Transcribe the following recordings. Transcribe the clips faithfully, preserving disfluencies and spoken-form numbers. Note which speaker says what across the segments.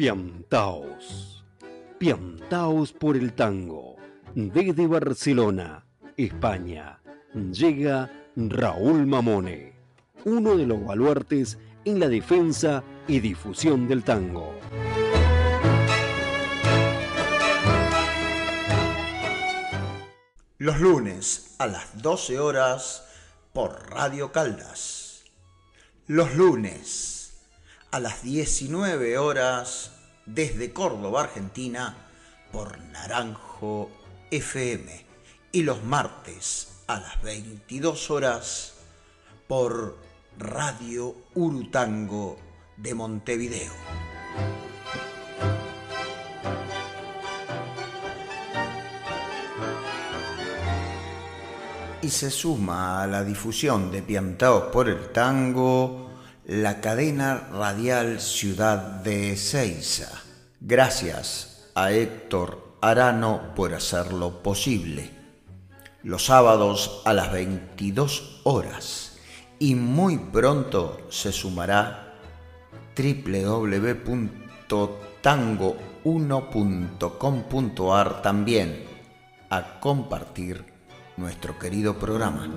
Speaker 1: Piantaos. Piantaos por el tango. Desde Barcelona, España, llega Raúl Mamone, uno de los baluartes en la defensa y difusión del tango.
Speaker 2: Los lunes a las doce horas por Radio Caldas. Los lunes a las diecinueve horas desde Córdoba, Argentina, por Naranjo F M. Y los martes a las veintidós horas por Radio Urutango de Montevideo. Y se suma a la difusión de Piantaos por el Tango la cadena radial Ciudad de Ezeiza. Gracias a Héctor Arano por hacerlo posible. Los sábados a las veintidós horas. Y muy pronto se sumará doble u doble u doble u punto tango uno punto com punto a r también a compartir nuestro querido programa.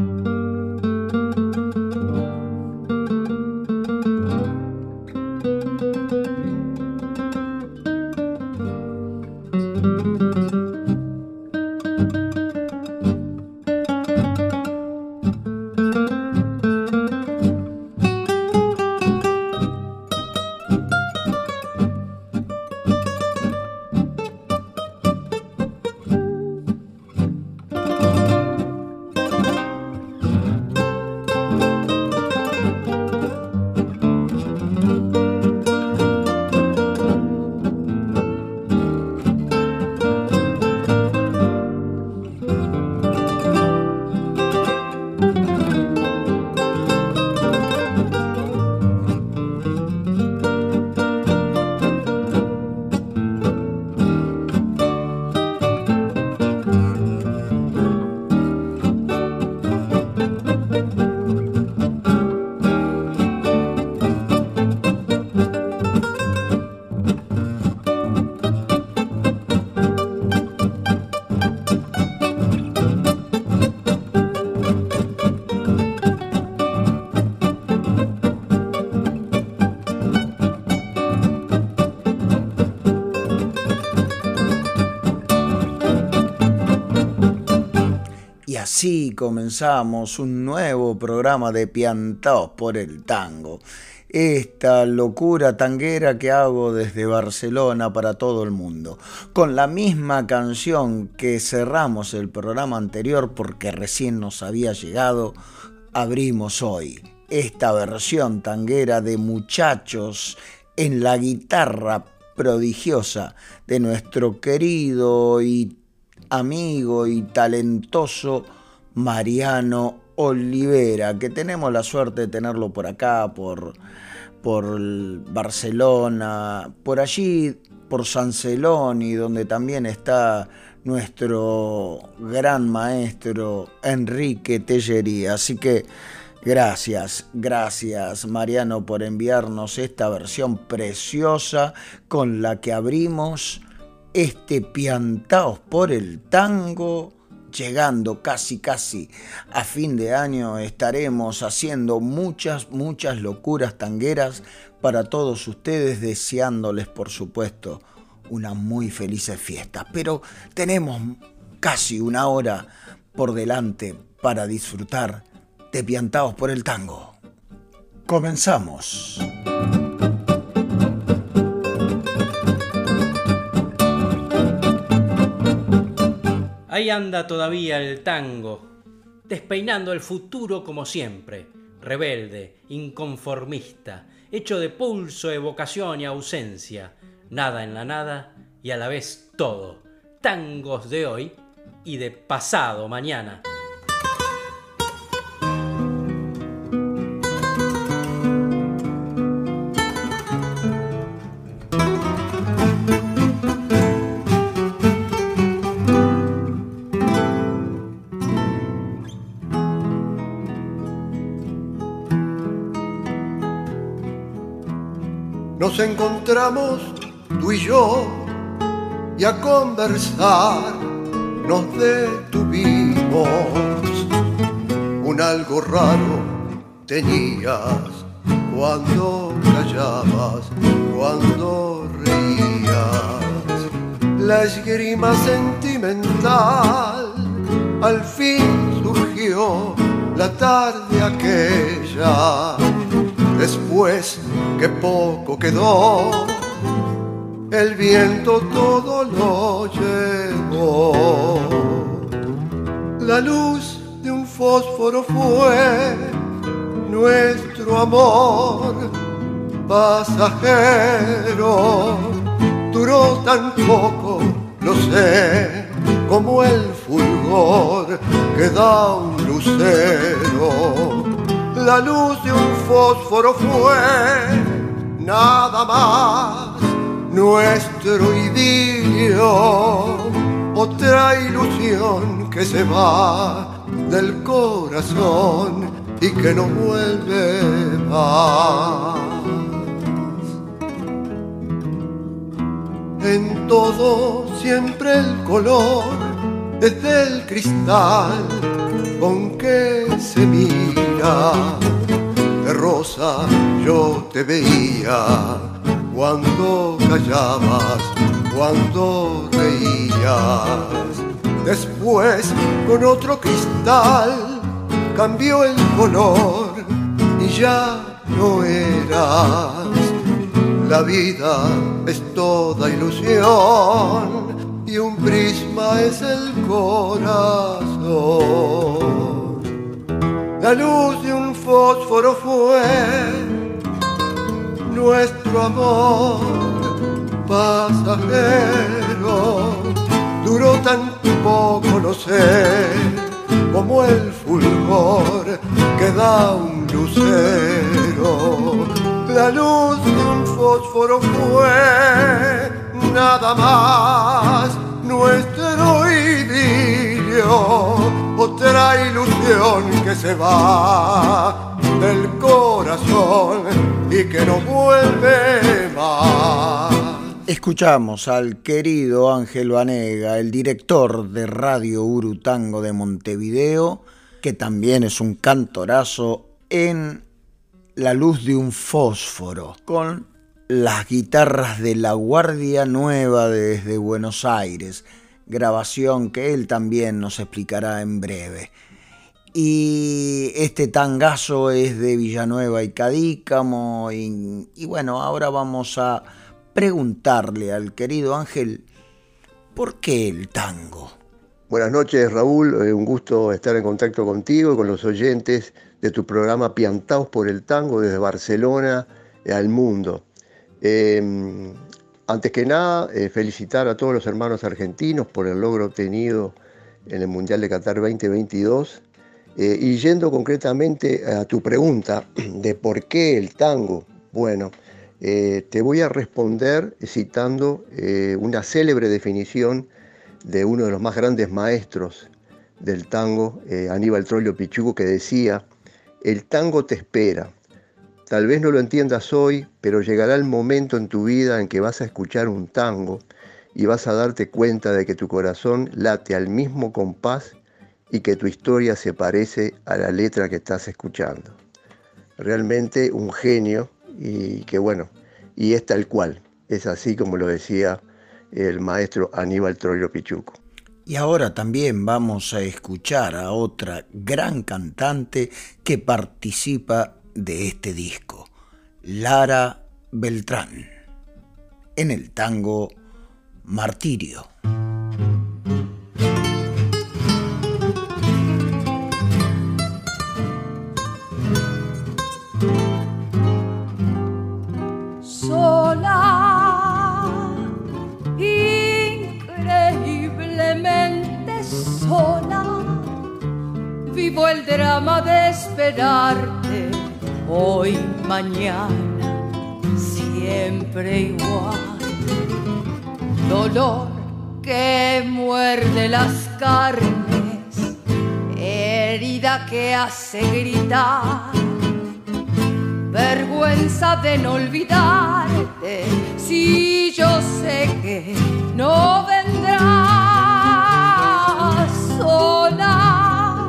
Speaker 2: Así comenzamos un nuevo programa de Piantaos por el Tango. Esta locura tanguera que hago desde Barcelona para todo el mundo. Con la misma canción que cerramos el programa anterior porque recién nos había llegado, abrimos hoy esta versión tanguera de Muchachos en la guitarra prodigiosa de nuestro querido y amigo y talentoso Mariano Olivera, que tenemos la suerte de tenerlo por acá, por, por Barcelona, por allí, por San Celoni, donde también está nuestro gran maestro Enrique Tellería. Así que gracias, gracias Mariano por enviarnos esta versión preciosa con la que abrimos este Piantaos por el Tango. Llegando casi casi a fin de año, estaremos haciendo muchas, muchas locuras tangueras para todos ustedes, deseándoles, por supuesto, una muy felices fiestas. Pero tenemos casi una hora por delante para disfrutar de Piantaos por el Tango. Comenzamos.
Speaker 3: Ahí anda todavía el tango, despeinando el futuro como siempre, rebelde, inconformista, hecho de pulso, evocación y ausencia, nada en la nada y a la vez todo, tangos de hoy y de pasado mañana.
Speaker 4: Nos encontramos tú y yo, y a conversar nos detuvimos. Un algo raro tenías cuando callabas, cuando reías. La esgrima sentimental al fin surgió la tarde aquella. Después que poco quedó, el viento todo lo llevó. La luz de un fósforo fue nuestro amor pasajero. Duró tan poco, lo sé, como el fulgor que da un lucero. La luz de un fósforo fue nada más nuestro idilio, otra ilusión que se va del corazón y que no vuelve más. En todo siempre el color desde el cristal con que se mira. De rosa yo te veía cuando callabas, cuando reías. Después con otro cristal cambió el color y ya no eras. La vida es toda ilusión y un prisma es el corazón. La luz de un fósforo fue nuestro amor pasajero. Duró tan poco, no sé, como el fulgor que da un lucero. La luz de un fósforo fue nada más nuestro idilio, otra ilusión que se va del corazón y que no vuelve más.
Speaker 2: Escuchamos al querido Ángel Banega, el director de Radio Urutango de Montevideo, que también es un cantorazo, en La luz de un fósforo, con las guitarras de La Guardia Nueva desde Buenos Aires, grabación que él también nos explicará en breve. Y este tangazo es de Villanueva y Cadícamo, y, y bueno, ahora vamos a preguntarle al querido Ángel, ¿por qué el tango?
Speaker 4: Buenas noches, Raúl, eh, un gusto estar en contacto contigo y con los oyentes de tu programa Piantaos por el Tango desde Barcelona al mundo. Eh, antes que nada, eh, felicitar a todos los hermanos argentinos por el logro obtenido en el Mundial de Qatar veinte veintidós. Eh, y yendo concretamente a tu pregunta de por qué el tango, bueno, eh, te voy a responder citando eh, una célebre definición de uno de los más grandes maestros del tango, eh, Aníbal Troilo Pichuco, que decía: el tango te espera. Tal vez no lo entiendas hoy, pero llegará el momento en tu vida en que vas a escuchar un tango y vas a darte cuenta de que tu corazón late al mismo compás y que tu historia se parece a la letra que estás escuchando. Realmente un genio, y que bueno, y es tal cual, es así como lo decía el maestro Aníbal Troilo Pichuco.
Speaker 2: Y ahora también vamos a escuchar a otra gran cantante que participa de este disco, Lara Beltrán, en el tango Martirio.
Speaker 5: Sola, increíblemente sola, vivo el drama de esperarte hoy, mañana, siempre igual. Dolor que muerde las carnes, herida que hace gritar, vergüenza de no olvidar triste si yo sé que no vendrás sola,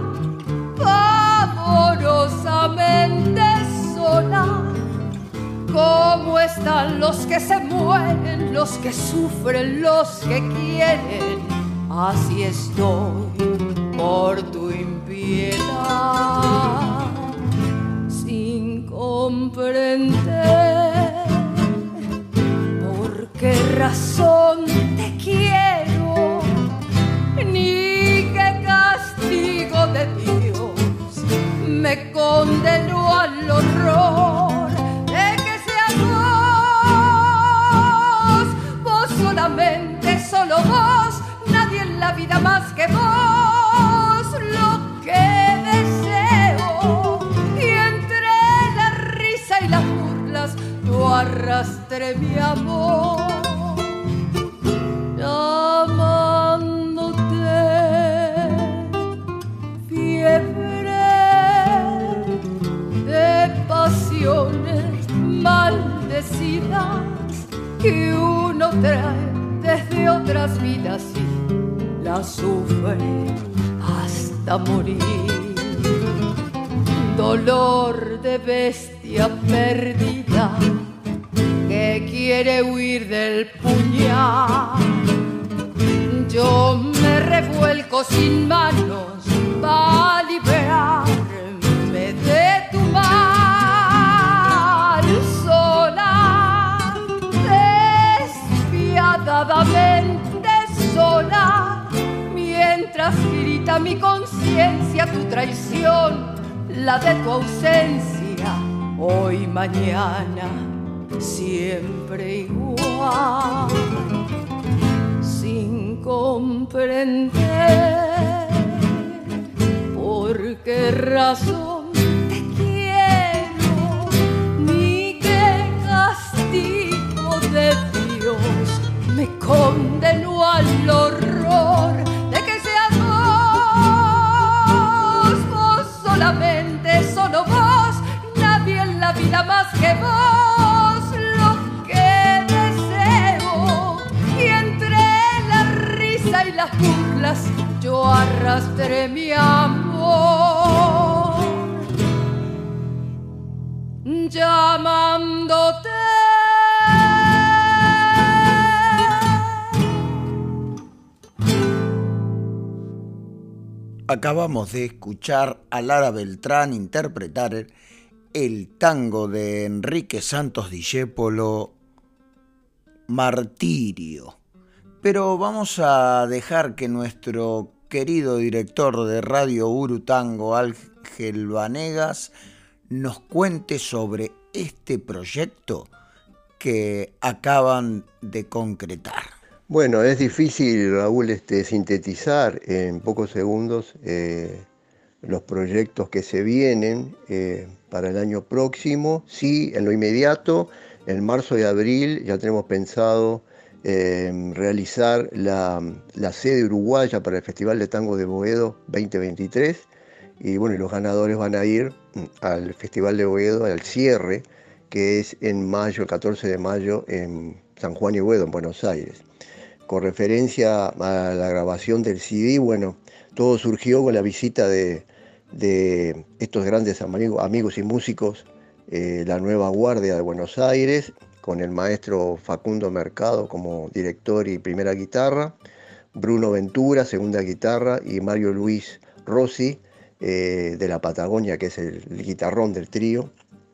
Speaker 5: amorosamente sola? ¿Cómo están los que se mueren, los que sufren, los que quieren? Así estoy por tu impiedad, sin comprender por qué razón te quiero, ni qué castigo de Dios me condenó al horror de que seas vos, vos solamente, solo vos, nadie en la vida más que vos, lo que deseo. Y entre la risa y las burlas yo arrastré mi amor, llamándote fiebre de pasiones maldecidas que uno trae desde otras vidas y la sufre hasta morir. Dolor de bestia perdida que quiere huir del puñal. Yo me revuelco sin manos para liberarme de tu mal. Sola, despiadadamente sola, mientras grita mi conciencia tu traición, la de tu ausencia, hoy, mañana, siempre igual, sin comprender por qué razón te quiero, ni qué castigo de Dios me condenó al horror de que seas vos, vos solamente, solo vos, nadie en la vida más que vos, lo que deseo. Y entre la risa y las burlas yo arrastré mi amor, llamándote
Speaker 2: Acabamos de escuchar a Lara Beltrán interpretar el tango de Enrique Santos Discépolo, Martirio. Pero vamos a dejar que nuestro querido director de Radio Urutango, Ángel Vanegas, nos cuente sobre este proyecto que acaban de concretar.
Speaker 4: Bueno, es difícil, Raúl, este, sintetizar en pocos segundos eh, los proyectos que se vienen eh, para el año próximo. Sí, en lo inmediato, en marzo y abril ya tenemos pensado eh, realizar la, la sede uruguaya para el Festival de Tango de Boedo veinte veintitrés. Y bueno, y los ganadores van a ir al Festival de Boedo, al cierre, que es en mayo, el catorce de mayo, en San Juan y Boedo, en Buenos Aires. Con referencia a la grabación del C D, bueno, todo surgió con la visita de, de estos grandes amigos, amigos y músicos, eh, la Nueva Guardia de Buenos Aires, con el maestro Facundo Mercado como director y primera guitarra, Bruno Ventura, segunda guitarra, y Mario Luis Rossi, eh, de la Patagonia, que es el, el guitarrón del trío.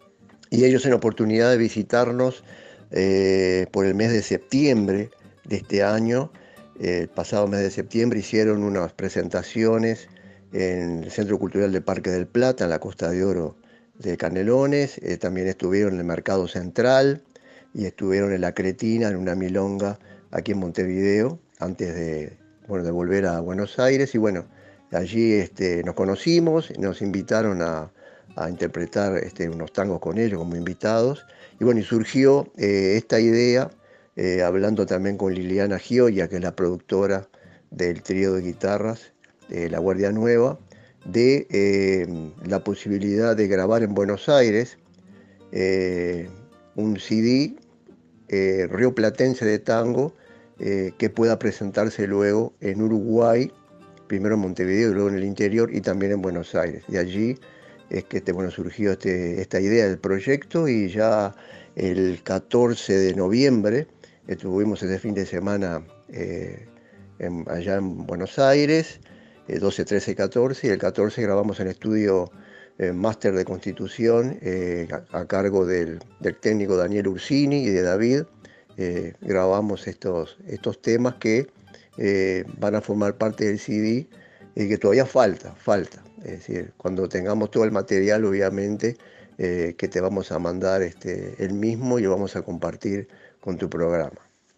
Speaker 4: Y ellos en oportunidad de visitarnos eh, por el mes de septiembre de este año, eh, el pasado mes de septiembre, hicieron unas presentaciones en el Centro Cultural del Parque del Plata, en la Costa de Oro de Canelones. Eh, también estuvieron en el Mercado Central y estuvieron en La Cretina, en una milonga aquí en Montevideo, antes de, bueno, de volver a Buenos Aires. Y bueno, allí este, nos conocimos, nos invitaron a, a interpretar este, unos tangos con ellos como invitados. Y bueno, y surgió eh, esta idea, Eh, hablando también con Liliana Gioia, que es la productora del trío de guitarras, eh, La Guardia Nueva, de eh, la posibilidad de grabar en Buenos Aires eh, un C D eh, rioplatense de tango eh, que pueda presentarse luego en Uruguay, primero en Montevideo y luego en el interior y también en Buenos Aires. De allí es que este, bueno, surgió este, esta idea del proyecto y ya el catorce de noviembre estuvimos este fin de semana eh, en, allá en Buenos Aires, eh, doce, trece, catorce, y el catorce grabamos en estudio eh, Máster de Constitución eh, a, a cargo del, del técnico Daniel Ursini y de David. Eh, grabamos estos, estos temas que eh, van a formar parte del C D y que todavía falta, falta. Es decir, cuando tengamos todo el material, obviamente, eh, que te vamos a mandar este, el mismo y lo vamos a compartir con tu programa.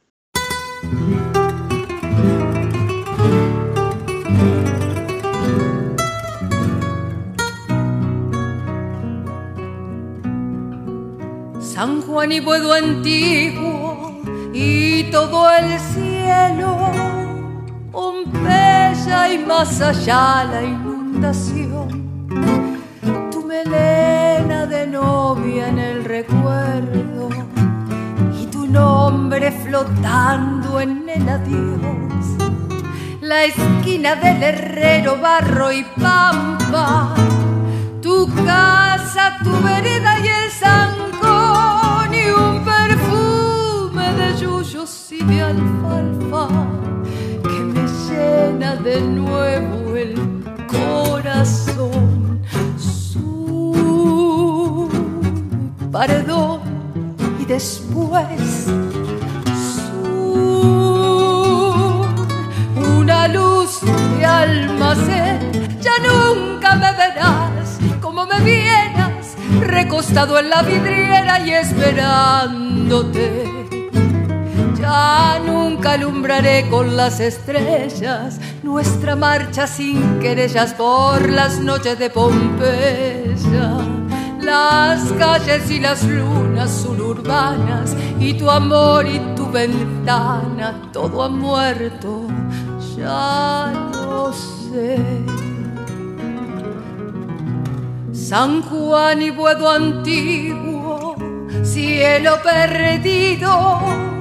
Speaker 5: San Juan y Buedo antiguo y todo el cielo, Pompeya y más allá la inundación, tu melena de novia en el recuerdo y tu nombre flotando en el adiós, la esquina del herrero, barro y pampa, tu casa, tu vereda y el zancón y un perfume de yuyos y de alfalfa que me llena de nuevo el corazón. Su paredón y después su una luz de almacén. Ya nunca me verás como me vieras, recostado en la vidriera y esperándote. Ya nunca alumbraré con las estrellas nuestra marcha sin querellas por las noches de Pompeya. Las calles y las lunas suburbanas y tu amor y tu ventana, todo ha muerto, ya lo sé. San Juan y Buedo antiguo, cielo perdido,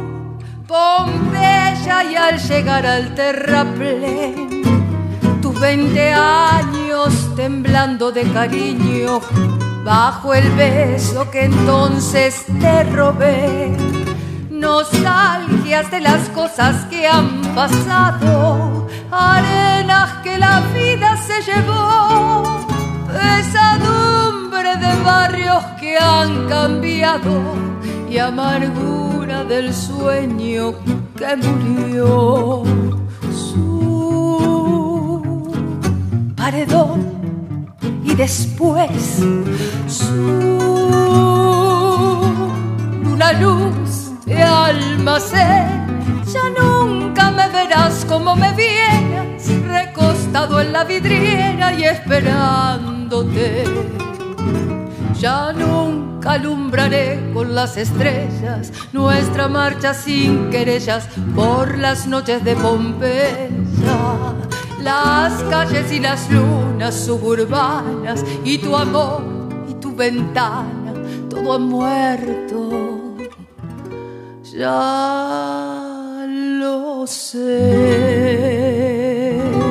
Speaker 5: Pompeya y al llegar al terraplén, tus veinte años temblando de cariño bajo el beso que entonces te robé. Nostalgias de las cosas que han pasado, arenas que la vida se llevó, pesadumbre de barrios que han cambiado y amargura del sueño que murió. Su paredón y después su una luz de almacén. Ya nunca me verás como me vieras, recostado en la vidriera y esperándote. Ya nunca alumbraré con las estrellas nuestra marcha sin querellas por las noches de Pompeya. Las calles y las lunas suburbanas y tu amor y tu ventana, todo ha muerto, ya lo sé.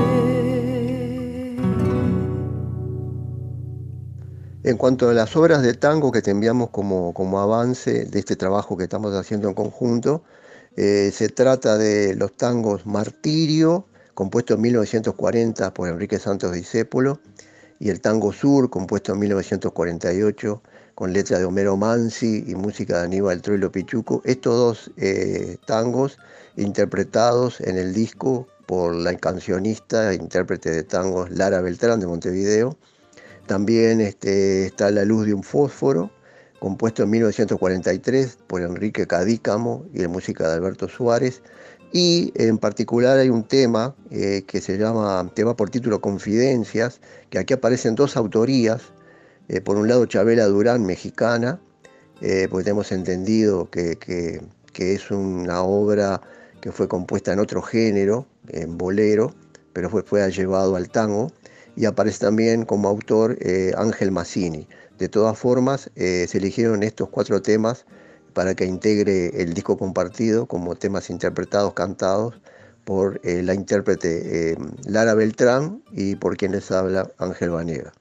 Speaker 4: En cuanto a las obras de tango que te enviamos como, como avance de este trabajo que estamos haciendo en conjunto, eh, se trata de los tangos Martirio, compuesto en mil novecientos cuarenta por Enrique Santos Discépolo, y el tango Sur, compuesto en mil novecientos cuarenta y ocho, con letra de Homero Mansi y música de Aníbal Troilo Pichuco. Estos dos eh, tangos interpretados en el disco por la cancionista e intérprete de tangos Lara Beltrán de Montevideo. También este, está La luz de un fósforo, compuesto en mil novecientos cuarenta y tres por Enrique Cadícamo y de música de Alberto Suárez. Y en particular hay un tema eh, que se llama, tema por título Confidencias, que aquí aparecen dos autorías. Eh, por un lado Chabela Durán, mexicana, eh, porque tenemos entendido que, que, que es una obra que fue compuesta en otro género, en bolero, pero fue, fue llevado al tango. Y aparece también como autor eh, Ángel Mazzini. De todas formas, eh, se eligieron estos cuatro temas para que integre el disco compartido como temas interpretados, cantados por eh, la intérprete eh, Lara Beltrán y por quien les habla Ángel Banega.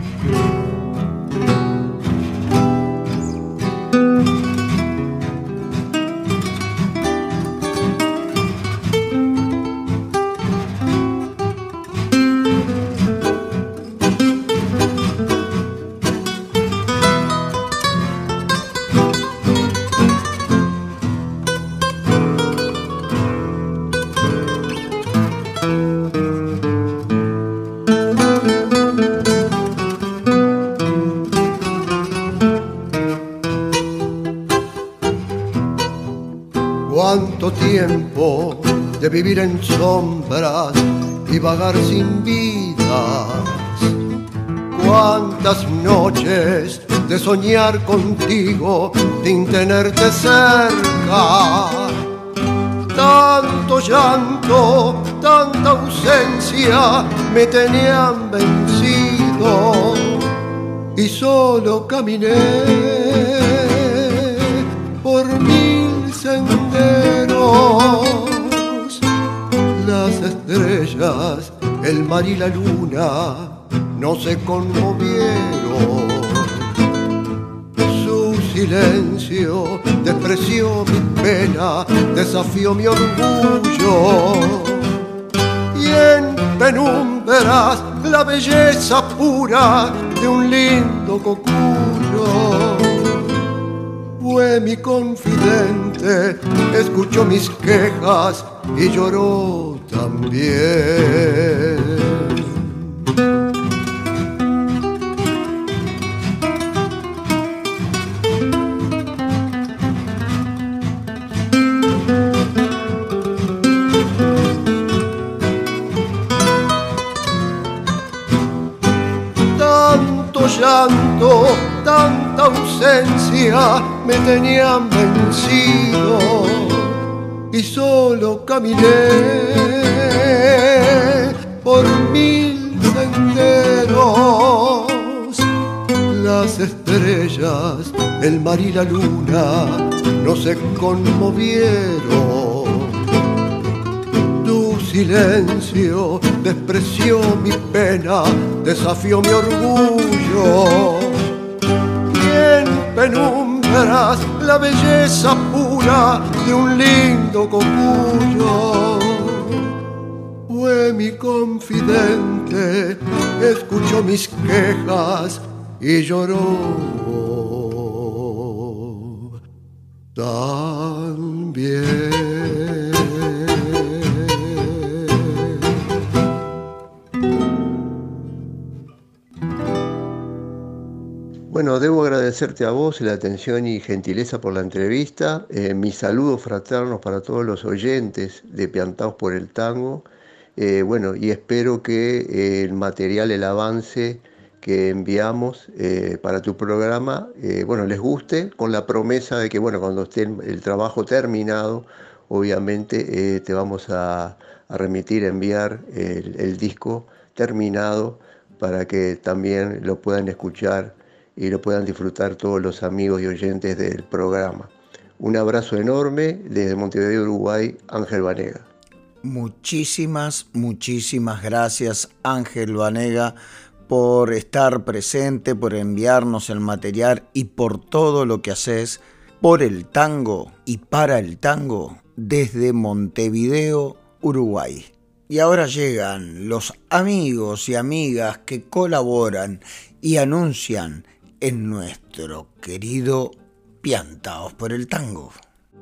Speaker 6: Cuánto tiempo de vivir en sombras y vagar sin vidas. Cuántas noches de soñar contigo sin tenerte cerca. Tanto llanto, tanta ausencia me tenían vencido y solo caminé por mil senderos. Las estrellas, el mar y la luna no se conmovieron. Su silencio despreció mi pena, desafió mi orgullo. Y en penumbras la belleza pura de un lindo cocuyo. Fue mi confidente, escuchó mis quejas y lloró también. Tanto llanto, tanta ausencia me tenían vencido y solo caminé por mil senderos. Las estrellas, el mar y la luna no se conmovieron. Tu silencio despreció mi pena, desafió mi orgullo. Y en penumbras la belleza pura de un lindo cocuyo. Fue mi confidente, escuchó mis quejas y lloró también.
Speaker 4: Bueno, debo agradecerte a vos la atención y gentileza por la entrevista. Eh, mis saludos fraternos para todos los oyentes de Piantaos por el Tango. Eh, bueno, y espero que eh, el material, el avance que enviamos eh, para tu programa, eh, bueno, les guste, con la promesa de que, bueno, cuando esté el trabajo terminado, obviamente eh, te vamos a, a remitir, a enviar el, el disco terminado para que también lo puedan escuchar y lo puedan disfrutar todos los amigos y oyentes del programa. Un abrazo enorme desde Montevideo, Uruguay, Ángel Banega.
Speaker 2: Muchísimas, muchísimas gracias, Ángel Banega, por estar presente, por enviarnos el material y por todo lo que haces por el tango y para el tango desde Montevideo, Uruguay. Y ahora llegan los amigos y amigas que colaboran y anuncian en nuestro querido Piantaos por el Tango.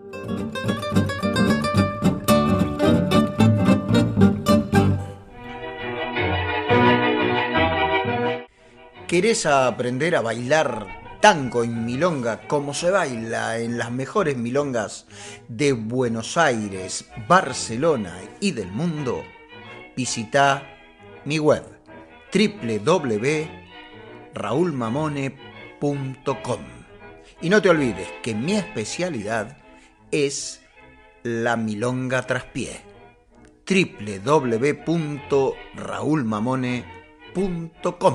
Speaker 2: ¿Querés aprender a bailar tango en milonga como se baila en las mejores milongas de Buenos Aires, Barcelona y del mundo? Visita mi web doble u doble u doble u punto raúl mamone punto com. Y no te olvides que mi especialidad es la milonga traspié. doble u doble u doble u punto raúl mamone punto com.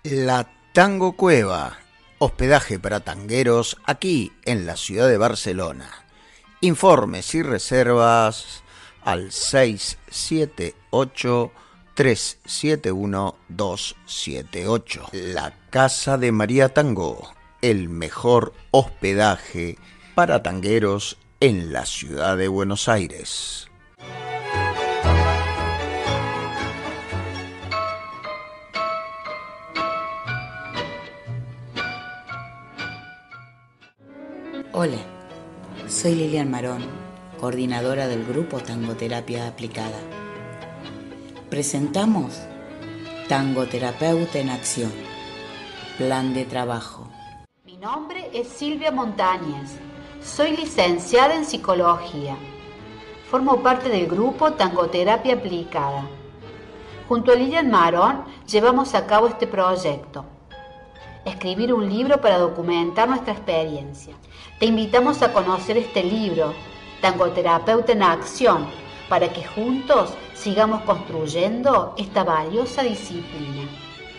Speaker 2: La Tango Cueva, hospedaje para tangueros aquí en la ciudad de Barcelona. Informes y reservas al seis siete ocho, tres siete uno, dos siete ocho. La Casa de María Tango, el mejor hospedaje para tangueros en la ciudad de Buenos Aires.
Speaker 7: Hola, soy Lilian Marón, coordinadora del grupo Tangoterapia Aplicada. Presentamos Tangoterapeuta en Acción, Plan de Trabajo.
Speaker 8: Mi nombre es Silvia Montañez, soy licenciada en Psicología. Formo parte del grupo Tangoterapia Aplicada. Junto a Lilian Marón llevamos a cabo este proyecto. Escribir un libro para documentar nuestra experiencia. Te invitamos a conocer este libro, Tangoterapeuta en Acción, para que juntos sigamos construyendo esta valiosa disciplina.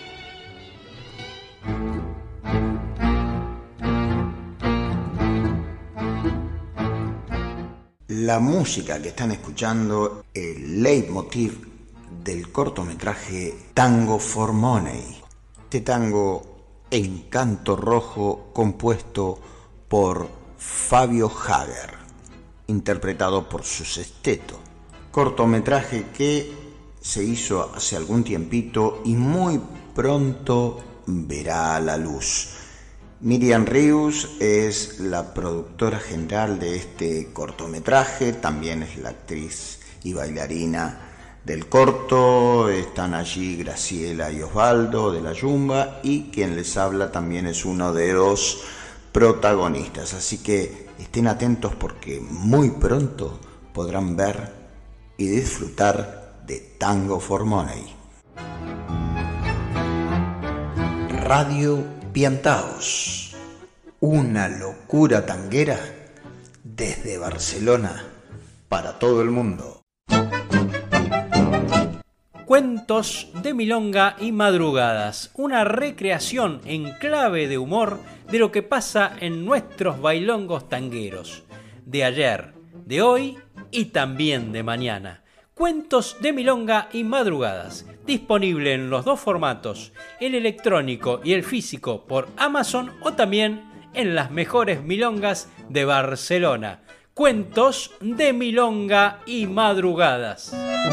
Speaker 2: La música que están escuchando, el leitmotiv del cortometraje Tango for Money. Este tango en canto rojo compuesto por Fabio Hager, interpretado por su sexteto. Cortometraje que se hizo hace algún tiempito y muy pronto verá a la luz. Miriam Ríos es la productora general de este cortometraje, también es la actriz y bailarina del corto. Están allí Graciela y Osvaldo de la Yumba, y quien les habla también es uno de los protagonistas, así que estén atentos porque muy pronto podrán ver y disfrutar de Tango for Money. Radio Piantaos, una locura tanguera desde Barcelona para todo el mundo.
Speaker 3: Cuentos de milonga y madrugadas, una recreación en clave de humor de lo que pasa en nuestros bailongos tangueros, de ayer, de hoy y también de mañana. Cuentos de milonga y madrugadas, disponible en los dos formatos, el electrónico y el físico por Amazon o también en las mejores milongas de Barcelona. Cuentos de milonga y madrugadas.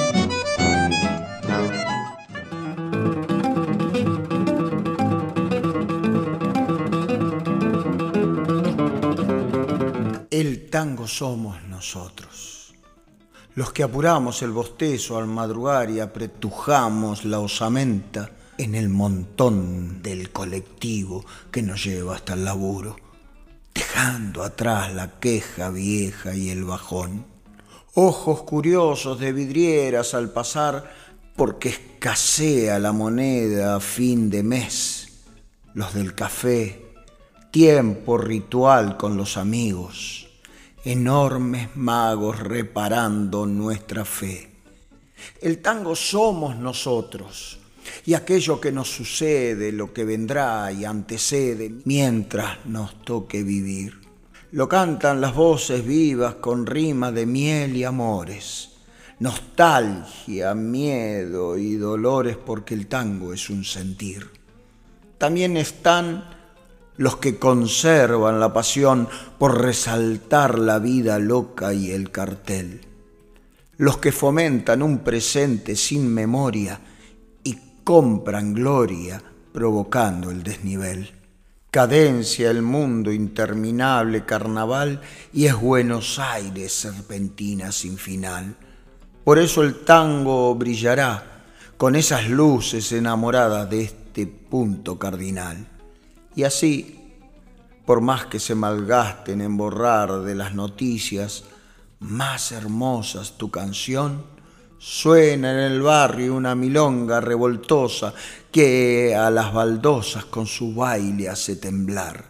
Speaker 2: El tango somos nosotros, los que apuramos el bostezo al madrugar y apretujamos la osamenta en el montón del colectivo que nos lleva hasta el laburo, dejando atrás la queja vieja y el bajón. Ojos curiosos de vidrieras al pasar porque escasea la moneda a fin de mes, los del café, tiempo ritual con los amigos, enormes magos reparando nuestra fe. El tango somos nosotros, y aquello que nos sucede, lo que vendrá y antecede, mientras nos toque vivir. Lo cantan las voces vivas con rima de miel y amores, nostalgia, miedo y dolores, porque el tango es un sentir. También están los que conservan la pasión por resaltar la vida loca y el cartel, los que fomentan un presente sin memoria y compran gloria provocando el desnivel. Cadencia el mundo interminable carnaval y es Buenos Aires serpentina sin final. Por eso el tango brillará con esas luces enamoradas de este punto cardinal. Y así, por más que se malgasten en borrar de las noticias más hermosas tu canción, suena en el barrio una milonga revoltosa que a las baldosas con su baile hace temblar.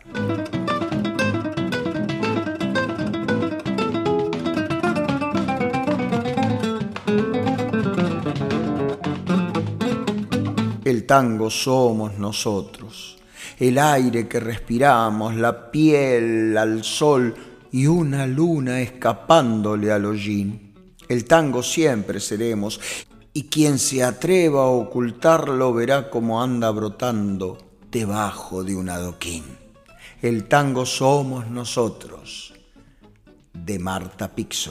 Speaker 2: El tango somos nosotros, el aire que respiramos, la piel al sol y una luna escapándole al hollín. El tango siempre seremos, y quien se atreva a ocultarlo verá cómo anda brotando debajo de un adoquín. El tango somos nosotros, de Marta Pixo.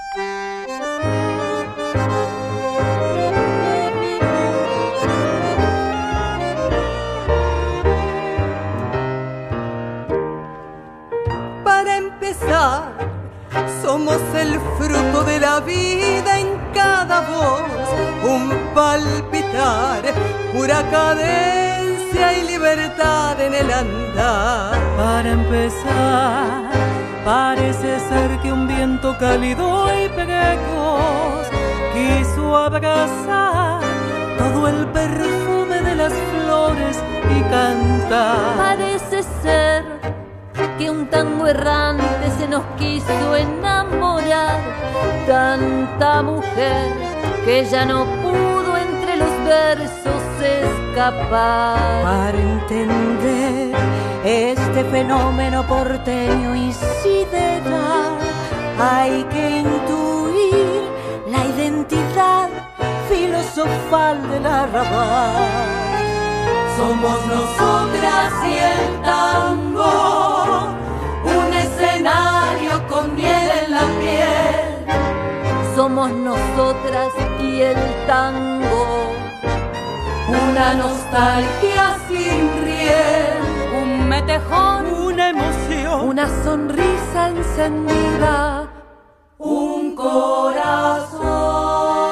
Speaker 5: Para empezar, somos el fruto de la vida en cada voz, un palpitar, pura cadencia y libertad en el andar.
Speaker 9: Para empezar, parece ser que un viento cálido y precoz quiso abrazar todo el perfume de las flores y cantar.
Speaker 10: Parece ser que un tango errante se nos quiso enamorar, tanta mujer que ya no pudo entre los versos escapar.
Speaker 9: Para entender este fenómeno porteño y sideral hay que intuir la identidad filosofal del arrabal.
Speaker 5: Somos nosotras y el tango, un escenario con miel en la piel.
Speaker 10: Somos nosotras y el tango,
Speaker 5: una nostalgia sin riel,
Speaker 10: un metejón,
Speaker 9: una emoción,
Speaker 10: una sonrisa encendida,
Speaker 5: un corazón.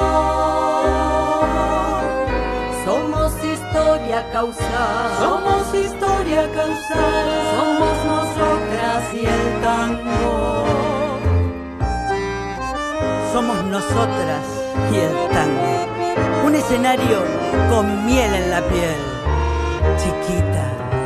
Speaker 5: Somos historia causal,
Speaker 9: somos historia causal,
Speaker 5: somos nosotras y el tango.
Speaker 9: Somos nosotras y el tango, un escenario con miel en la piel, chiquita.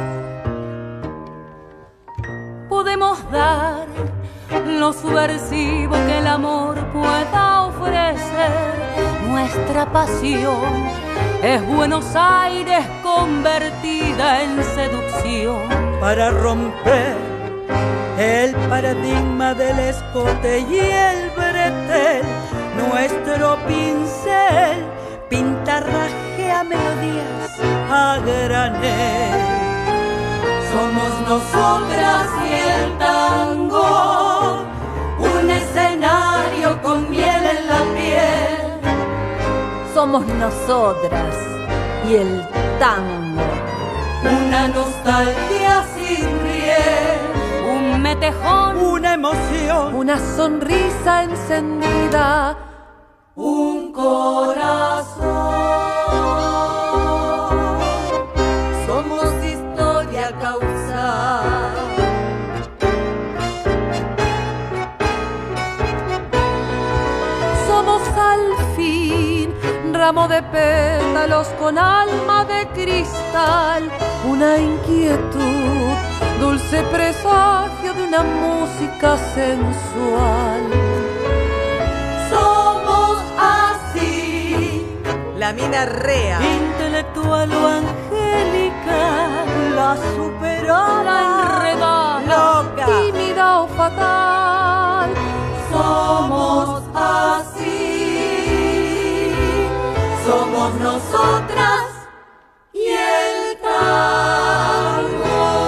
Speaker 10: Podemos dar lo subversivo que el amor pueda ofrecer. Nuestra pasión es Buenos Aires convertida en seducción.
Speaker 9: Para romper el paradigma del escote y el bretel, nuestro pincel pintarrajea melodías a granel.
Speaker 5: Somos nosotras y el tango, un escenario con miel en la piel.
Speaker 10: Somos nosotras y el tango,
Speaker 5: una nostalgia sin riel,
Speaker 10: un metejón,
Speaker 9: una emoción,
Speaker 10: una sonrisa encendida,
Speaker 5: un corazón. Somos historia causal.
Speaker 10: Somos al fin ramo de pétalos con alma de cristal, una inquietud, dulce presagio de una música sensual.
Speaker 5: Somos así,
Speaker 9: la mina rea, intelectual o angélica, la superada,
Speaker 10: la enredada,
Speaker 9: loca,
Speaker 10: tímida o fatal.
Speaker 5: Somos así, somos nosotras y el tango.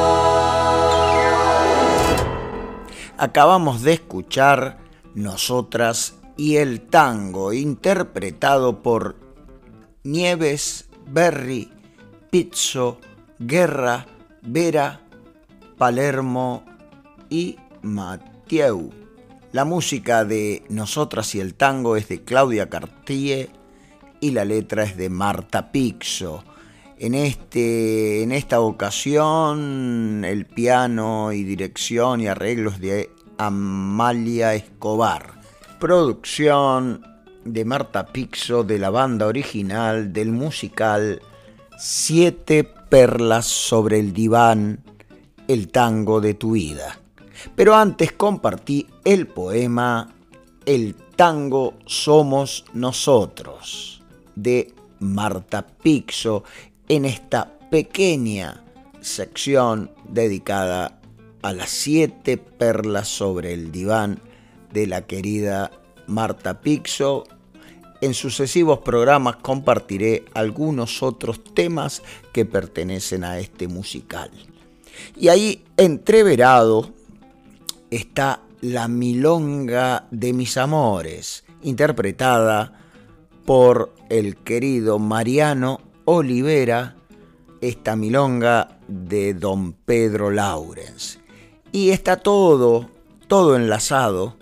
Speaker 2: Acabamos de escuchar Nosotras y el tango, interpretado por Nieves, Berry, Pizzo, Guerra, Vera, Palermo y Mathieu. La música de Nosotras y el tango es de Claudia Cartier y la letra es de Marta Pixo. En, este, en esta ocasión el piano y dirección y arreglos de Amalia Escobar. Producción de Marta Pixo de la banda original del musical Siete perlas sobre el diván, el tango de tu vida. Pero antes compartí el poema El tango somos nosotros de Marta Pixo en esta pequeña sección dedicada a las siete perlas sobre el diván de la querida Marta Pixo. En sucesivos programas compartiré algunos otros temas que pertenecen a este musical. Y ahí, entreverado, está La Milonga de mis amores, interpretada por el querido Mariano Olivera, esta milonga de don Pedro Laurens. Y está todo, todo enlazado,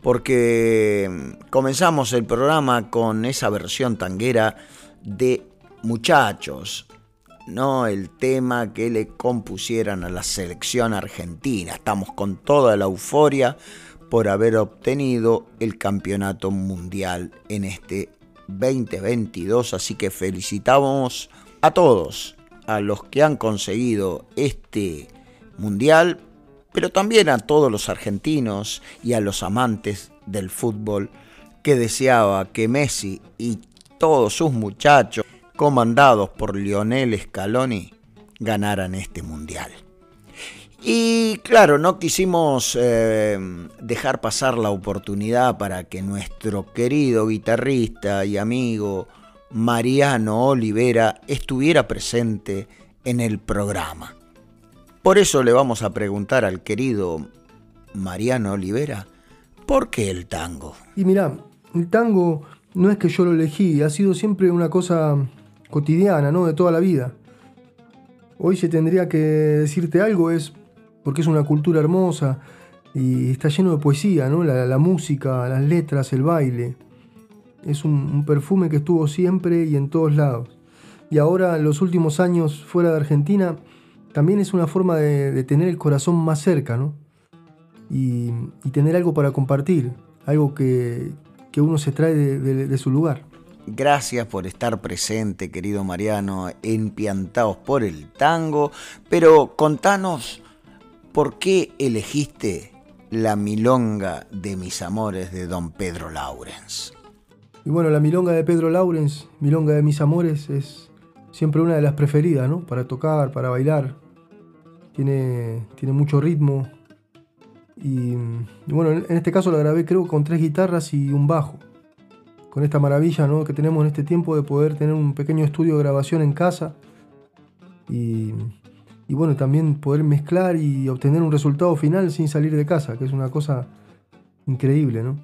Speaker 2: porque comenzamos el programa con esa versión tanguera de Muchachos, ¿no? El tema que le compusieran a la selección argentina. Estamos con toda la euforia por haber obtenido el campeonato mundial en este veinte veintidós, así que felicitamos a todos, a los que han conseguido este mundial, pero también a todos los argentinos y a los amantes del fútbol que deseaba que Messi y todos sus muchachos, comandados por Lionel Scaloni, ganaran este mundial. Y claro, no quisimos eh, dejar pasar la oportunidad para que nuestro querido guitarrista y amigo Mariano Olivera estuviera presente en el programa. Por eso le vamos a preguntar al querido Mariano Olivera, ¿por qué el tango?
Speaker 11: Y mirá, el tango no es que yo lo elegí, ha sido siempre una cosa cotidiana, ¿no? De toda la vida. Hoy se tendría que decirte algo, es porque es una cultura hermosa y está lleno de poesía, ¿no? La, la música, las letras, el baile. Es un, un perfume que estuvo siempre y en todos lados. Y ahora, en los últimos años fuera de Argentina, también es una forma de, de tener el corazón más cerca, ¿no? Y, y tener algo para compartir, algo que, que uno se trae de, de, de su lugar.
Speaker 2: Gracias por estar presente, querido Mariano, en Piantaos por el Tango. Pero contanos, ¿por qué elegiste La Milonga de mis amores de don Pedro Laurens?
Speaker 11: Y bueno, la milonga de Pedro Laurens, Milonga de mis amores, es siempre una de las preferidas, ¿no? Para tocar, para bailar. Tiene, tiene mucho ritmo. Y, y bueno, en este caso la grabé creo con tres guitarras y un bajo. Con esta maravilla, ¿no? Que tenemos en este tiempo de poder tener un pequeño estudio de grabación en casa. Y, y bueno, también poder mezclar y obtener un resultado final sin salir de casa, que es una cosa increíble, ¿no?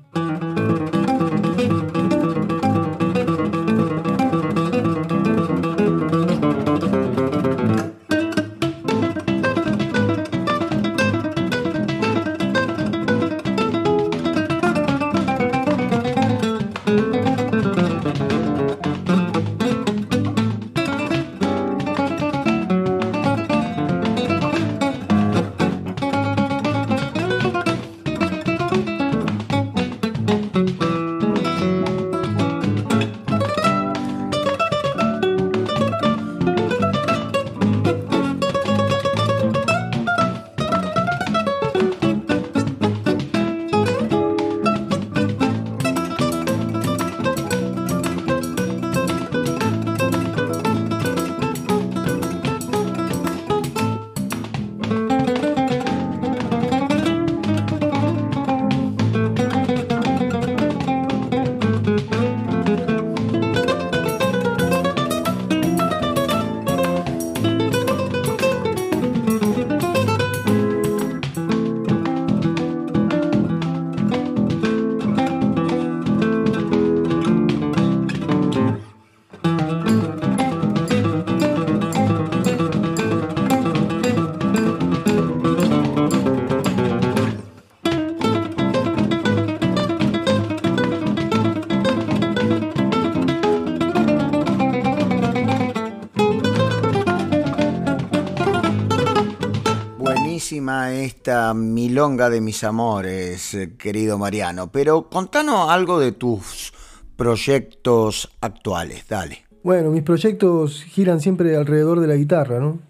Speaker 2: Esta milonga de mis amores, querido Mariano, pero contanos algo de tus proyectos actuales, dale.
Speaker 11: Bueno, mis proyectos giran siempre alrededor de la guitarra, ¿no?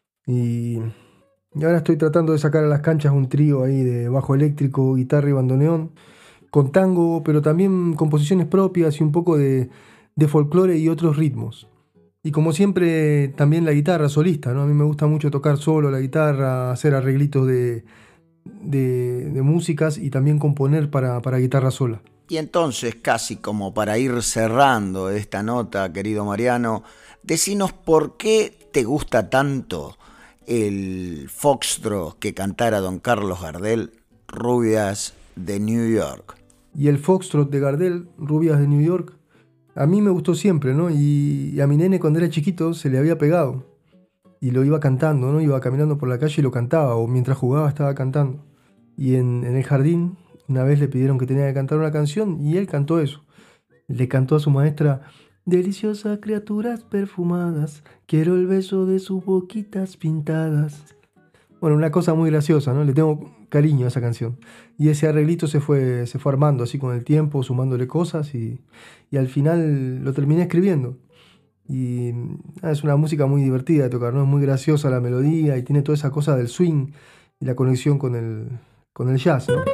Speaker 11: Y, y ahora estoy tratando de sacar a las canchas un trío ahí de bajo eléctrico, guitarra y bandoneón, con tango, pero también composiciones propias y un poco de, de folclore y otros ritmos. Y como siempre, también la guitarra solista, ¿no? A mí me gusta mucho tocar solo la guitarra, hacer arreglitos de, de, de músicas y también componer para, para guitarra sola.
Speaker 2: Y entonces, casi como para ir cerrando esta nota, querido Mariano, decinos por qué te gusta tanto el foxtrot que cantara don Carlos Gardel, Rubias de New York.
Speaker 11: Y el foxtrot de Gardel, Rubias de New York, a mí me gustó siempre, ¿no? Y, y a mi nene cuando era chiquito se le había pegado. Y lo iba cantando, ¿no? Iba caminando por la calle y lo cantaba, o mientras jugaba estaba cantando. Y en, en el jardín, una vez le pidieron que tenía que cantar una canción y él cantó eso. Le cantó a su maestra: deliciosas criaturas perfumadas, quiero el beso de sus boquitas pintadas. Bueno, una cosa muy graciosa, ¿no? Le tengo cariño a esa canción. Y ese arreglito se fue, se fue armando así con el tiempo, sumándole cosas y, y al final lo terminé escribiendo. Y ah, es una música muy divertida de tocar, ¿no? Es muy graciosa la melodía y tiene toda esa cosa del swing y la conexión con el, con el jazz, ¿no?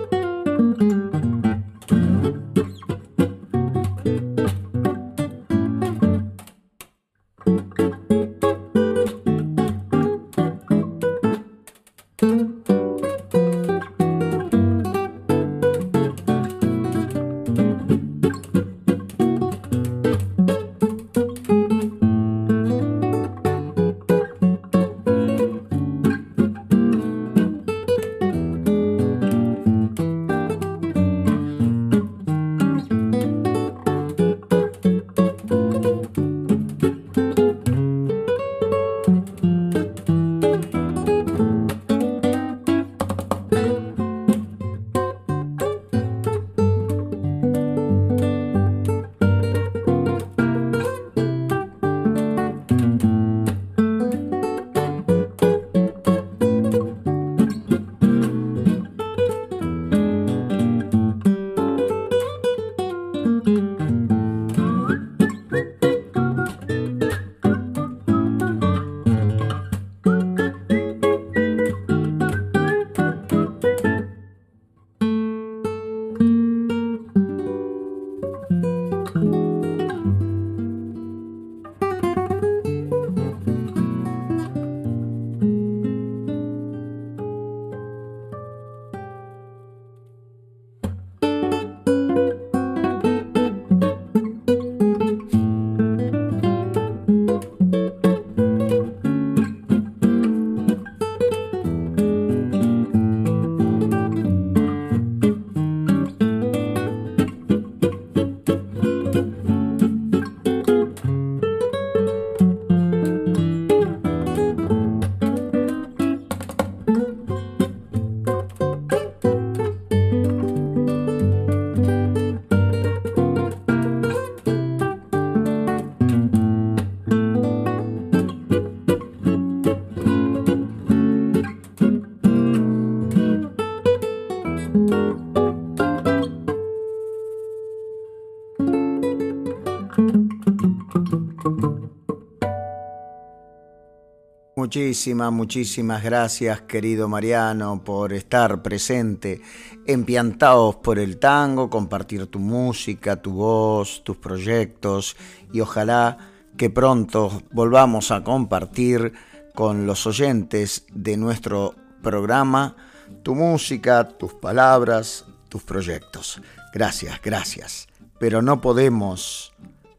Speaker 2: Muchísimas, muchísimas gracias, querido Mariano, por estar presente en Piantaos por el Tango, compartir tu música, tu voz, tus proyectos y ojalá que pronto volvamos a compartir con los oyentes de nuestro programa tu música, tus palabras, tus proyectos. Gracias, gracias. Pero no podemos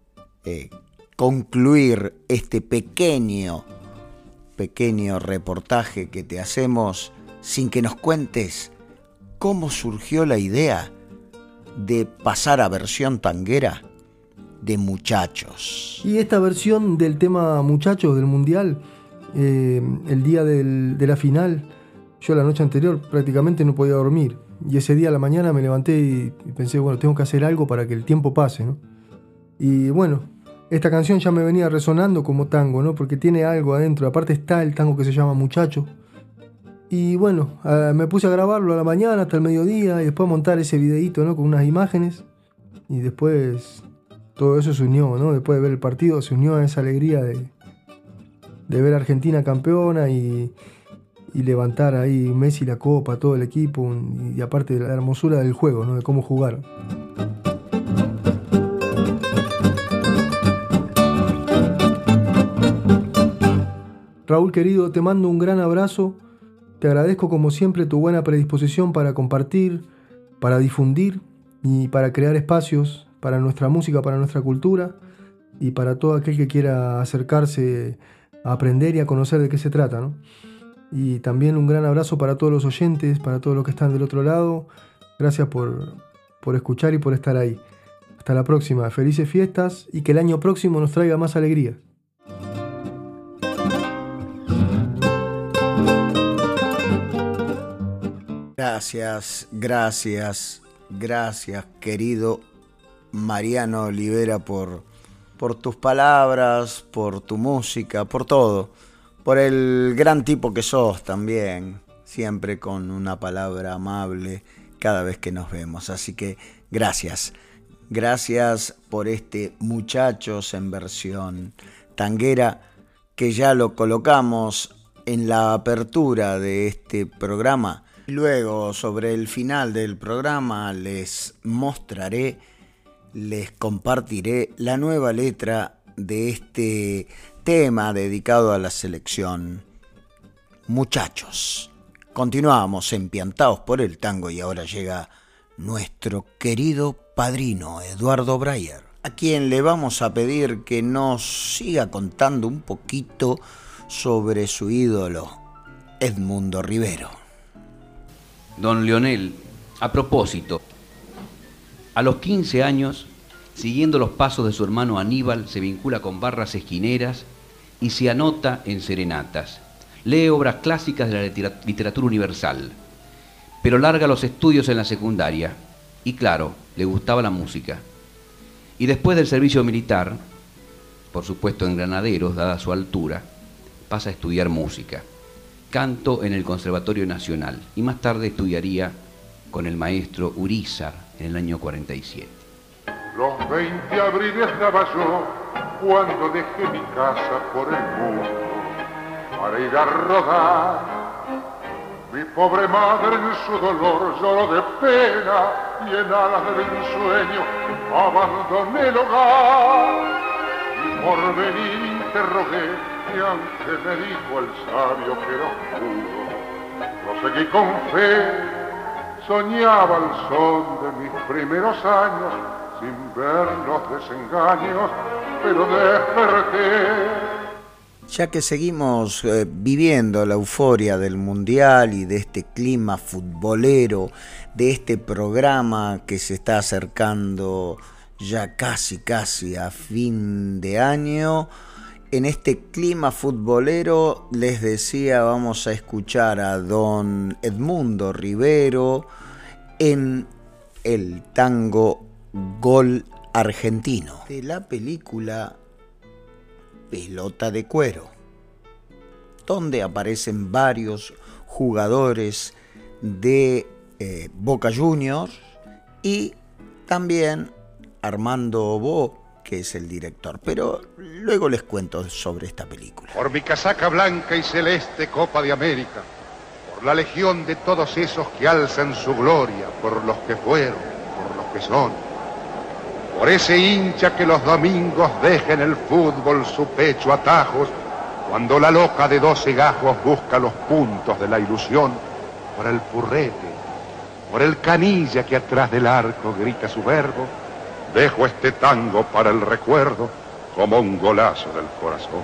Speaker 2: eh, concluir este pequeño pequeño reportaje que te hacemos sin que nos cuentes cómo surgió la idea de pasar a versión tanguera de Muchachos.
Speaker 11: Y esta versión del tema Muchachos del Mundial, eh, el día del, de la final, yo la noche anterior prácticamente no podía dormir y ese día a la mañana me levanté y, y pensé, bueno, tengo que hacer algo para que el tiempo pase, ¿no? Y bueno, esta canción ya me venía resonando como tango, ¿no? Porque tiene algo adentro. Aparte está el tango que se llama Muchacho. Y bueno, uh, me puse a grabarlo a la mañana hasta el mediodía y después a montar ese videíto, ¿no? Con unas imágenes. Y después todo eso se unió, ¿no? Después de ver el partido se unió a esa alegría de, de ver a Argentina campeona y, y levantar ahí Messi la copa, todo el equipo. Y aparte de la hermosura del juego, ¿no? De cómo jugaron. Raúl querido, te mando un gran abrazo. Te agradezco como siempre tu buena predisposición para compartir, para difundir y para crear espacios para nuestra música, para nuestra cultura y para todo aquel que quiera acercarse a aprender y a conocer de qué se trata, ¿no? Y también un gran abrazo para todos los oyentes, para todos los que están del otro lado. Gracias por, por escuchar y por estar ahí. Hasta la próxima. Felices fiestas y que el año próximo nos traiga más alegría.
Speaker 2: Gracias, gracias, gracias, querido Mariano Olivera, por, por tus palabras, por tu música, por todo, por el gran tipo que sos también, siempre con una palabra amable cada vez que nos vemos. Así que gracias, gracias por este Muchachos en versión tanguera, que ya lo colocamos en la apertura de este programa. Luego, sobre el final del programa, les mostraré, les compartiré la nueva letra de este tema dedicado a la selección. Muchachos, continuamos empiantados por el tango y ahora llega nuestro querido padrino Eduardo Breyer, a quien le vamos a pedir que nos siga contando un poquito sobre su ídolo, Edmundo Rivero.
Speaker 12: Don Leonel, a propósito, a los quince años, siguiendo los pasos de su hermano Aníbal, se vincula con barras esquineras y se anota en serenatas. Lee obras clásicas de la literatura universal, pero larga los estudios en la secundaria y, claro, le gustaba la música. Y después del servicio militar, por supuesto en granaderos, dada su altura, pasa a estudiar música. Canto en el Conservatorio Nacional y más tarde estudiaría con el maestro Urízar en el año cuarenta y siete.
Speaker 13: Los veinte abriles daba yo cuando dejé mi casa por el mundo para ir a rodar. Mi pobre madre en su dolor lloró de pena y en alas del ensueño abandoné el hogar. Y por venir interrogué y aunque me dijo el sabio que era oscuro, lo seguí con fe, soñaba el son de mis primeros años, sin ver los desengaños, pero desperté.
Speaker 2: Ya que seguimos eh, viviendo la euforia del Mundial y de este clima futbolero, de este programa que se está acercando ya casi casi a fin de año, en este clima futbolero, les decía, vamos a escuchar a don Edmundo Rivero en el tango Gol Argentino, de la película Pelota de Cuero, donde aparecen varios jugadores de eh, Boca Juniors y también Armando Bo, que es el director, pero luego les cuento sobre esta película.
Speaker 13: Por mi casaca blanca y celeste Copa de América, por la legión de todos esos que alzan su gloria, por los que fueron, por los que son, por ese hincha que los domingos deja en el fútbol su pecho a tajos, cuando la loca de doce gajos busca los puntos de la ilusión, por el purrete, por el canilla que atrás del arco grita su verbo, dejo este tango para el recuerdo como un golazo del corazón.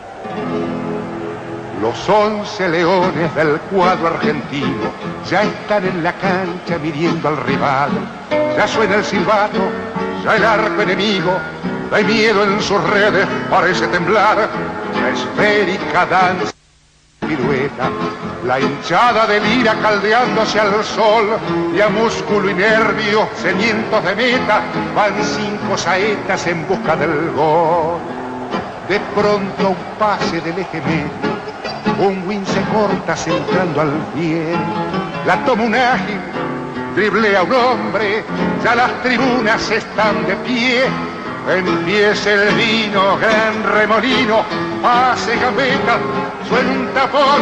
Speaker 13: Los once leones del cuadro argentino ya están en la cancha midiendo al rival. Ya suena el silbato, ya el arco enemigo, hay miedo en sus redes, parece temblar. La esférica danza pirueta, la hinchada delira caldeándose al sol, y a músculo y nervio, sedientos de meta, van cinco saetas en busca del gol. De pronto un pase del eje medio, un win se corta centrando al pie, la toma un ágil, driblea un hombre, ya las tribunas están de pie. Empieza el vino, gran remolino, pase gambeta, suena un tapón,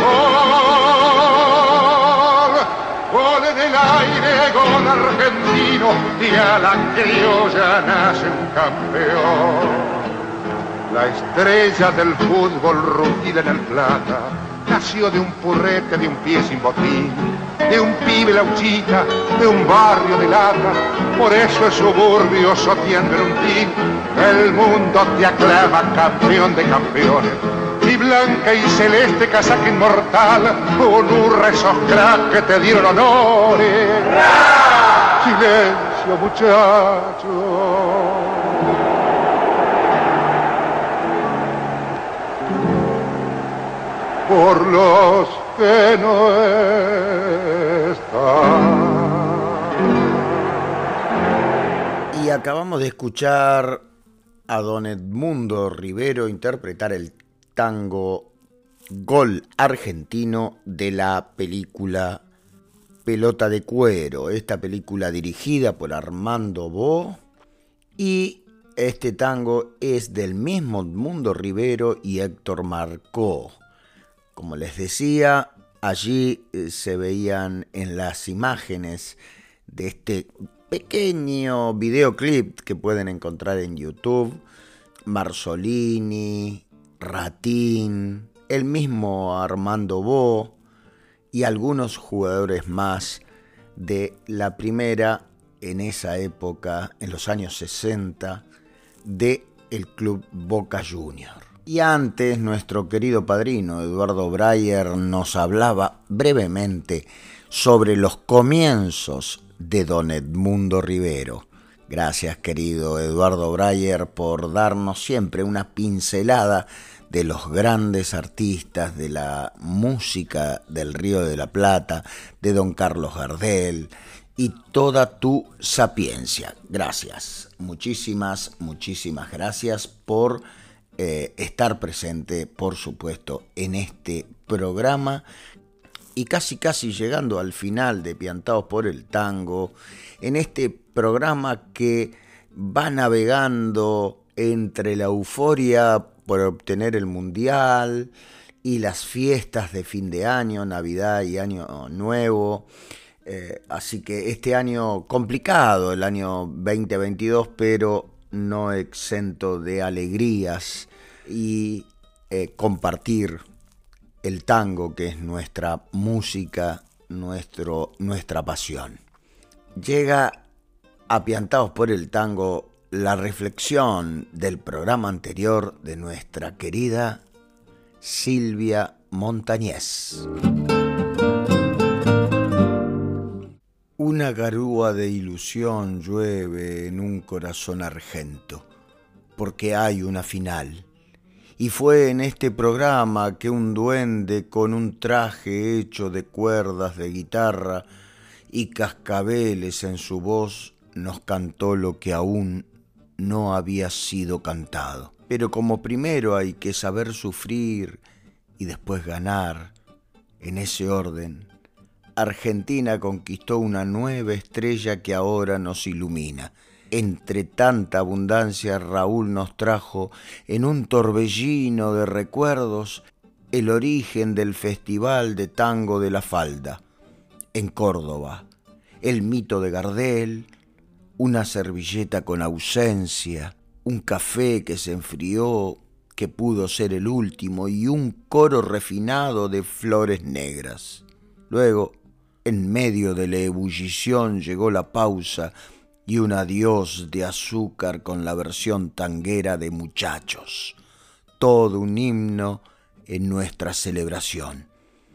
Speaker 13: gol, gol en el aire, gol argentino, y a la criolla nace un campeón. La estrella del fútbol rugida en el Plata nació de un purrete, de un pie sin botín, de un pibe lauchita, de un barrio de lata. Por eso es suburbio sotiendo en un tin. El mundo te aclama campeón de campeones. Y blanca y celeste casaca inmortal, honor esos cracks que te dieron honores. ¡Ra! Silencio, muchachos. Por los que no están.
Speaker 2: Y acabamos de escuchar a don Edmundo Rivero interpretar el tango Gol Argentino de la película Pelota de Cuero, esta película dirigida por Armando Bo, y este tango es del mismo Edmundo Rivero y Héctor Marcó. Como les decía, allí se veían en las imágenes de este pequeño videoclip que pueden encontrar en YouTube, Marzolini, Ratín, el mismo Armando Bo y algunos jugadores más de la primera, en esa época, en los años sesenta, de el Club Boca Juniors. Y antes, nuestro querido padrino Eduardo Breyer nos hablaba brevemente sobre los comienzos de don Edmundo Rivero. Gracias, querido Eduardo Breyer, por darnos siempre una pincelada de los grandes artistas de la música del Río de la Plata, de don Carlos Gardel y toda tu sapiencia. Gracias, muchísimas, muchísimas gracias por eh, estar presente, por supuesto, en este programa. Y casi casi llegando al final de Piantados por el Tango, en este programa que va navegando entre la euforia por obtener el Mundial y las fiestas de fin de año, Navidad y Año Nuevo. Eh, así que este año complicado, el año veinte veintidós, pero no exento de alegrías y eh, compartir el tango, que es nuestra música, nuestro, nuestra pasión. Llega a Piantados por el Tango la reflexión del programa anterior de nuestra querida Silvia Montañés. Una garúa de ilusión llueve en un corazón argento, porque hay una final. Y fue en este programa que un duende con un traje hecho de cuerdas de guitarra y cascabeles en su voz nos cantó lo que aún no había sido cantado. Pero como primero hay que saber sufrir y después ganar, en ese orden, Argentina conquistó una nueva estrella que ahora nos ilumina. Entre tanta abundancia, Raúl nos trajo en un torbellino de recuerdos el origen del Festival de Tango de la Falda, en Córdoba, el mito de Gardel, una servilleta con ausencia, un café que se enfrió, que pudo ser el último, y un coro refinado de flores negras. Luego, en medio de la ebullición, llegó la pausa y un adiós de azúcar con la versión tanguera de Muchachos. Todo un himno en nuestra celebración.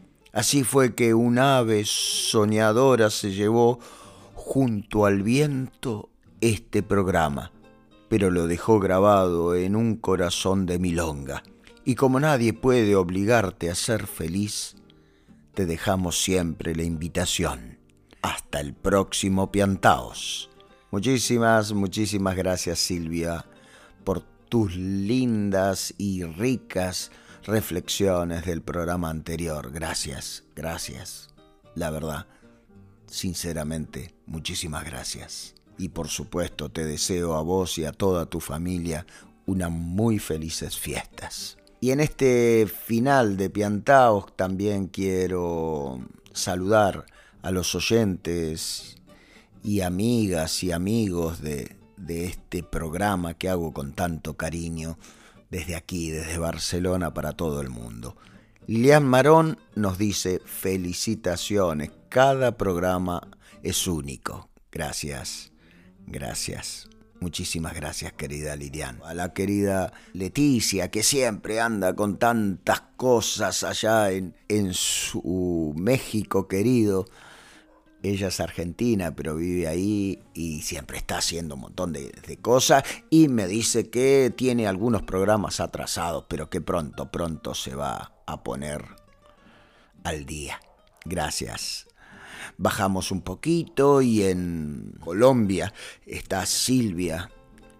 Speaker 2: Así fue que un ave soñadora se llevó junto al viento este programa, pero lo dejó grabado en un corazón de milonga. Y como nadie puede obligarte a ser feliz, te dejamos siempre la invitación. Hasta el próximo Piantaos. Muchísimas, muchísimas gracias, Silvia, por tus lindas y ricas reflexiones del programa anterior. Gracias, gracias. La verdad, sinceramente, muchísimas gracias. Y por supuesto te deseo a vos y a toda tu familia unas muy felices fiestas. Y en este final de Piantaos también quiero saludar a los oyentes y amigas y amigos de, de este programa que hago con tanto cariño, desde aquí, desde Barcelona para todo el mundo. Lilian Marón nos dice felicitaciones, cada programa es único. Gracias, gracias. Muchísimas gracias, querida Lilian. A la querida Leticia, que siempre anda con tantas cosas allá en, en su México querido. Ella es argentina, pero vive ahí y siempre está haciendo un montón de, de cosas. Y me dice que tiene algunos programas atrasados, pero que pronto, pronto se va a poner al día. Gracias. Bajamos un poquito y en Colombia está Silvia.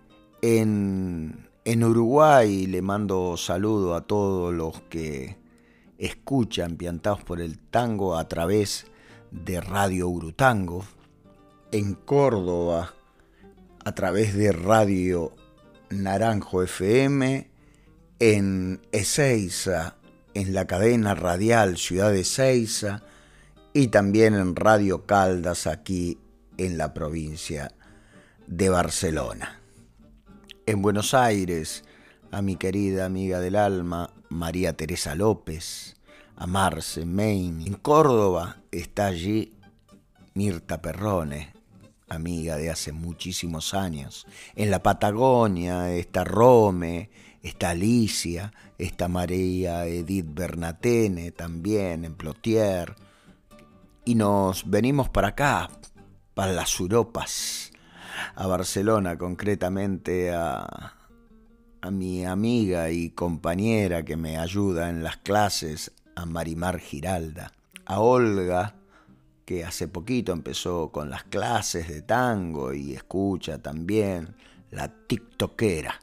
Speaker 2: En, en Uruguay le mando saludo a todos los que escuchan Piantados por el Tango a través de Radio Urutango. En Córdoba a través de Radio Naranjo F M. En Ezeiza, en la cadena radial Ciudad de Ezeiza. Y también en Radio Caldas, aquí en la provincia de Barcelona. En Buenos Aires, a mi querida amiga del alma, María Teresa López, a Marce Main. En Córdoba está allí Mirta Perrone, amiga de hace muchísimos años. En la Patagonia está Rome, está Alicia, está María Edith Bernatene también, en Plotier. Y nos venimos para acá, para las Europas, a Barcelona, concretamente a, a mi amiga y compañera que me ayuda en las clases, a Marimar Giralda, a Olga, que hace poquito empezó con las clases de tango y escucha también, la tiktokera,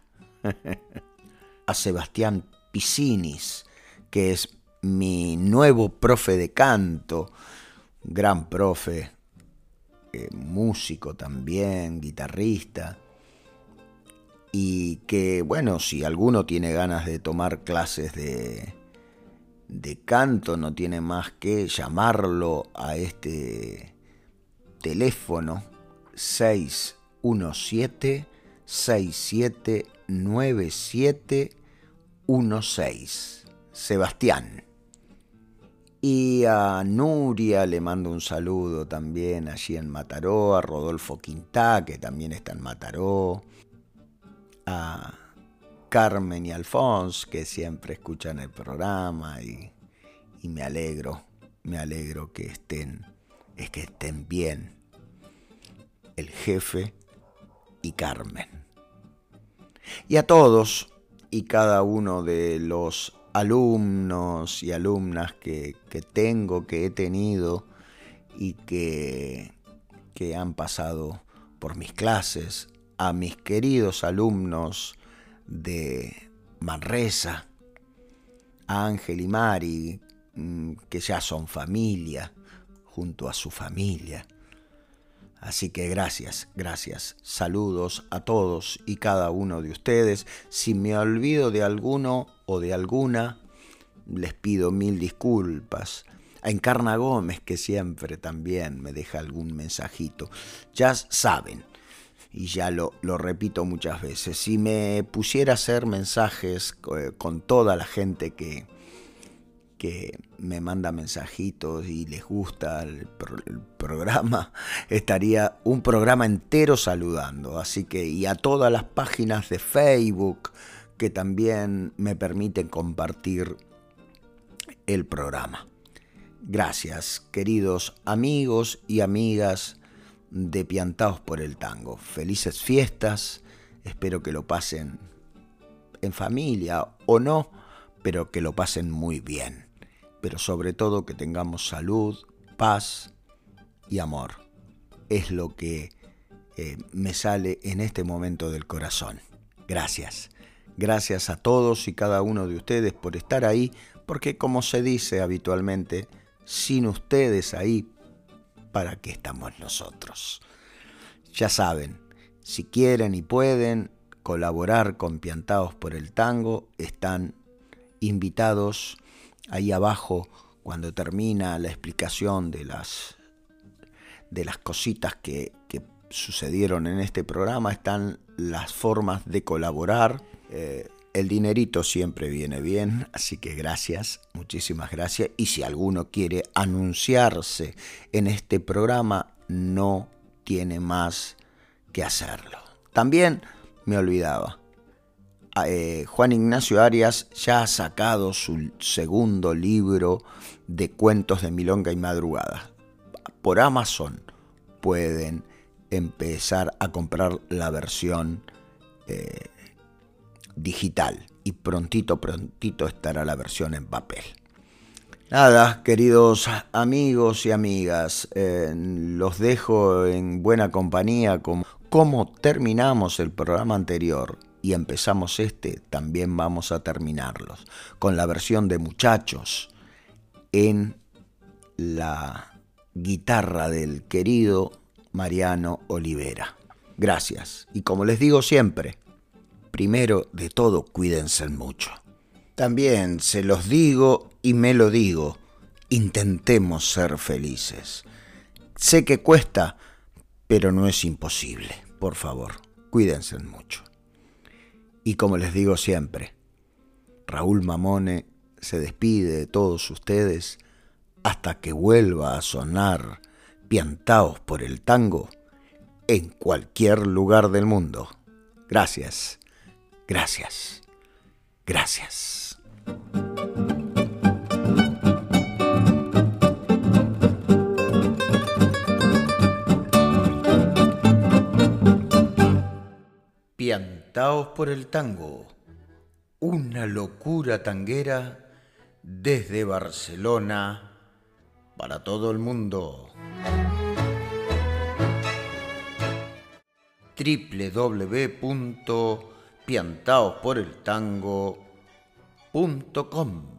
Speaker 2: a Sebastián Piscinis, que es mi nuevo profe de canto, gran profe, eh, músico también, guitarrista, y que, bueno, si alguno tiene ganas de tomar clases de, de canto, no tiene más que llamarlo a este teléfono seis uno siete, seis siete nueve siete uno seis. Sebastián. Y a Nuria le mando un saludo también allí en Mataró, a Rodolfo Quintá, que también está en Mataró, a Carmen y Alfons, que siempre escuchan el programa, y, y me alegro, me alegro que estén, es que estén bien el jefe y Carmen. Y a todos y cada uno de los alumnos y alumnas que, que tengo, que he tenido y que, que han pasado por mis clases, a mis queridos alumnos de Manresa, a Ángel y Mari, que ya son familia, junto a su familia. Así que gracias, gracias. Saludos a todos y cada uno de ustedes. Si me olvido de alguno o de alguna, les pido mil disculpas. A Encarna Gómez, que siempre también me deja algún mensajito. Ya saben, y ya lo, lo repito muchas veces, si me pusiera a hacer mensajes eh, con toda la gente que... que me manda mensajitos y les gusta el, pro, el programa, estaría un programa entero saludando. Así que, y a todas las páginas de Facebook que también me permiten compartir el programa. Gracias, queridos amigos y amigas de Piantados por el Tango. Felices fiestas, espero que lo pasen en familia o no, pero que lo pasen muy bien. Pero sobre todo que tengamos salud, paz y amor. Es lo que eh, me sale en este momento del corazón. Gracias. Gracias a todos y cada uno de ustedes por estar ahí, porque como se dice habitualmente, sin ustedes ahí, ¿para qué estamos nosotros? Ya saben, si quieren y pueden colaborar con Piantados por el Tango, están invitados. Ahí abajo, cuando termina la explicación de las, de las cositas que, que sucedieron en este programa, están las formas de colaborar. Eh, el dinerito siempre viene bien, así que gracias, muchísimas gracias. Y si alguno quiere anunciarse en este programa, no tiene más que hacerlo. También me olvidaba, eh, Juan Ignacio Arias ya ha sacado su segundo libro de cuentos de milonga y madrugada. Por Amazon pueden empezar a comprar la versión eh, digital y prontito, prontito estará la versión en papel. Nada, queridos amigos y amigas, eh, los dejo en buena compañía. Como, como terminamos el programa anterior y empezamos este, también vamos a terminarlos con la versión de Muchachos en la guitarra del querido Mariano Olivera. Gracias. Y como les digo siempre, primero de todo, cuídense mucho. También se los digo y me lo digo, intentemos ser felices. Sé que cuesta, pero no es imposible. Por favor, cuídense mucho. Y como les digo siempre, Raúl Mamone se despide de todos ustedes hasta que vuelva a sonar Piantaos por el Tango en cualquier lugar del mundo. Gracias, gracias, gracias. Piantaos por el Tango, una locura tanguera desde Barcelona para todo el mundo. doble u doble u doble u punto piantaos por el tango punto com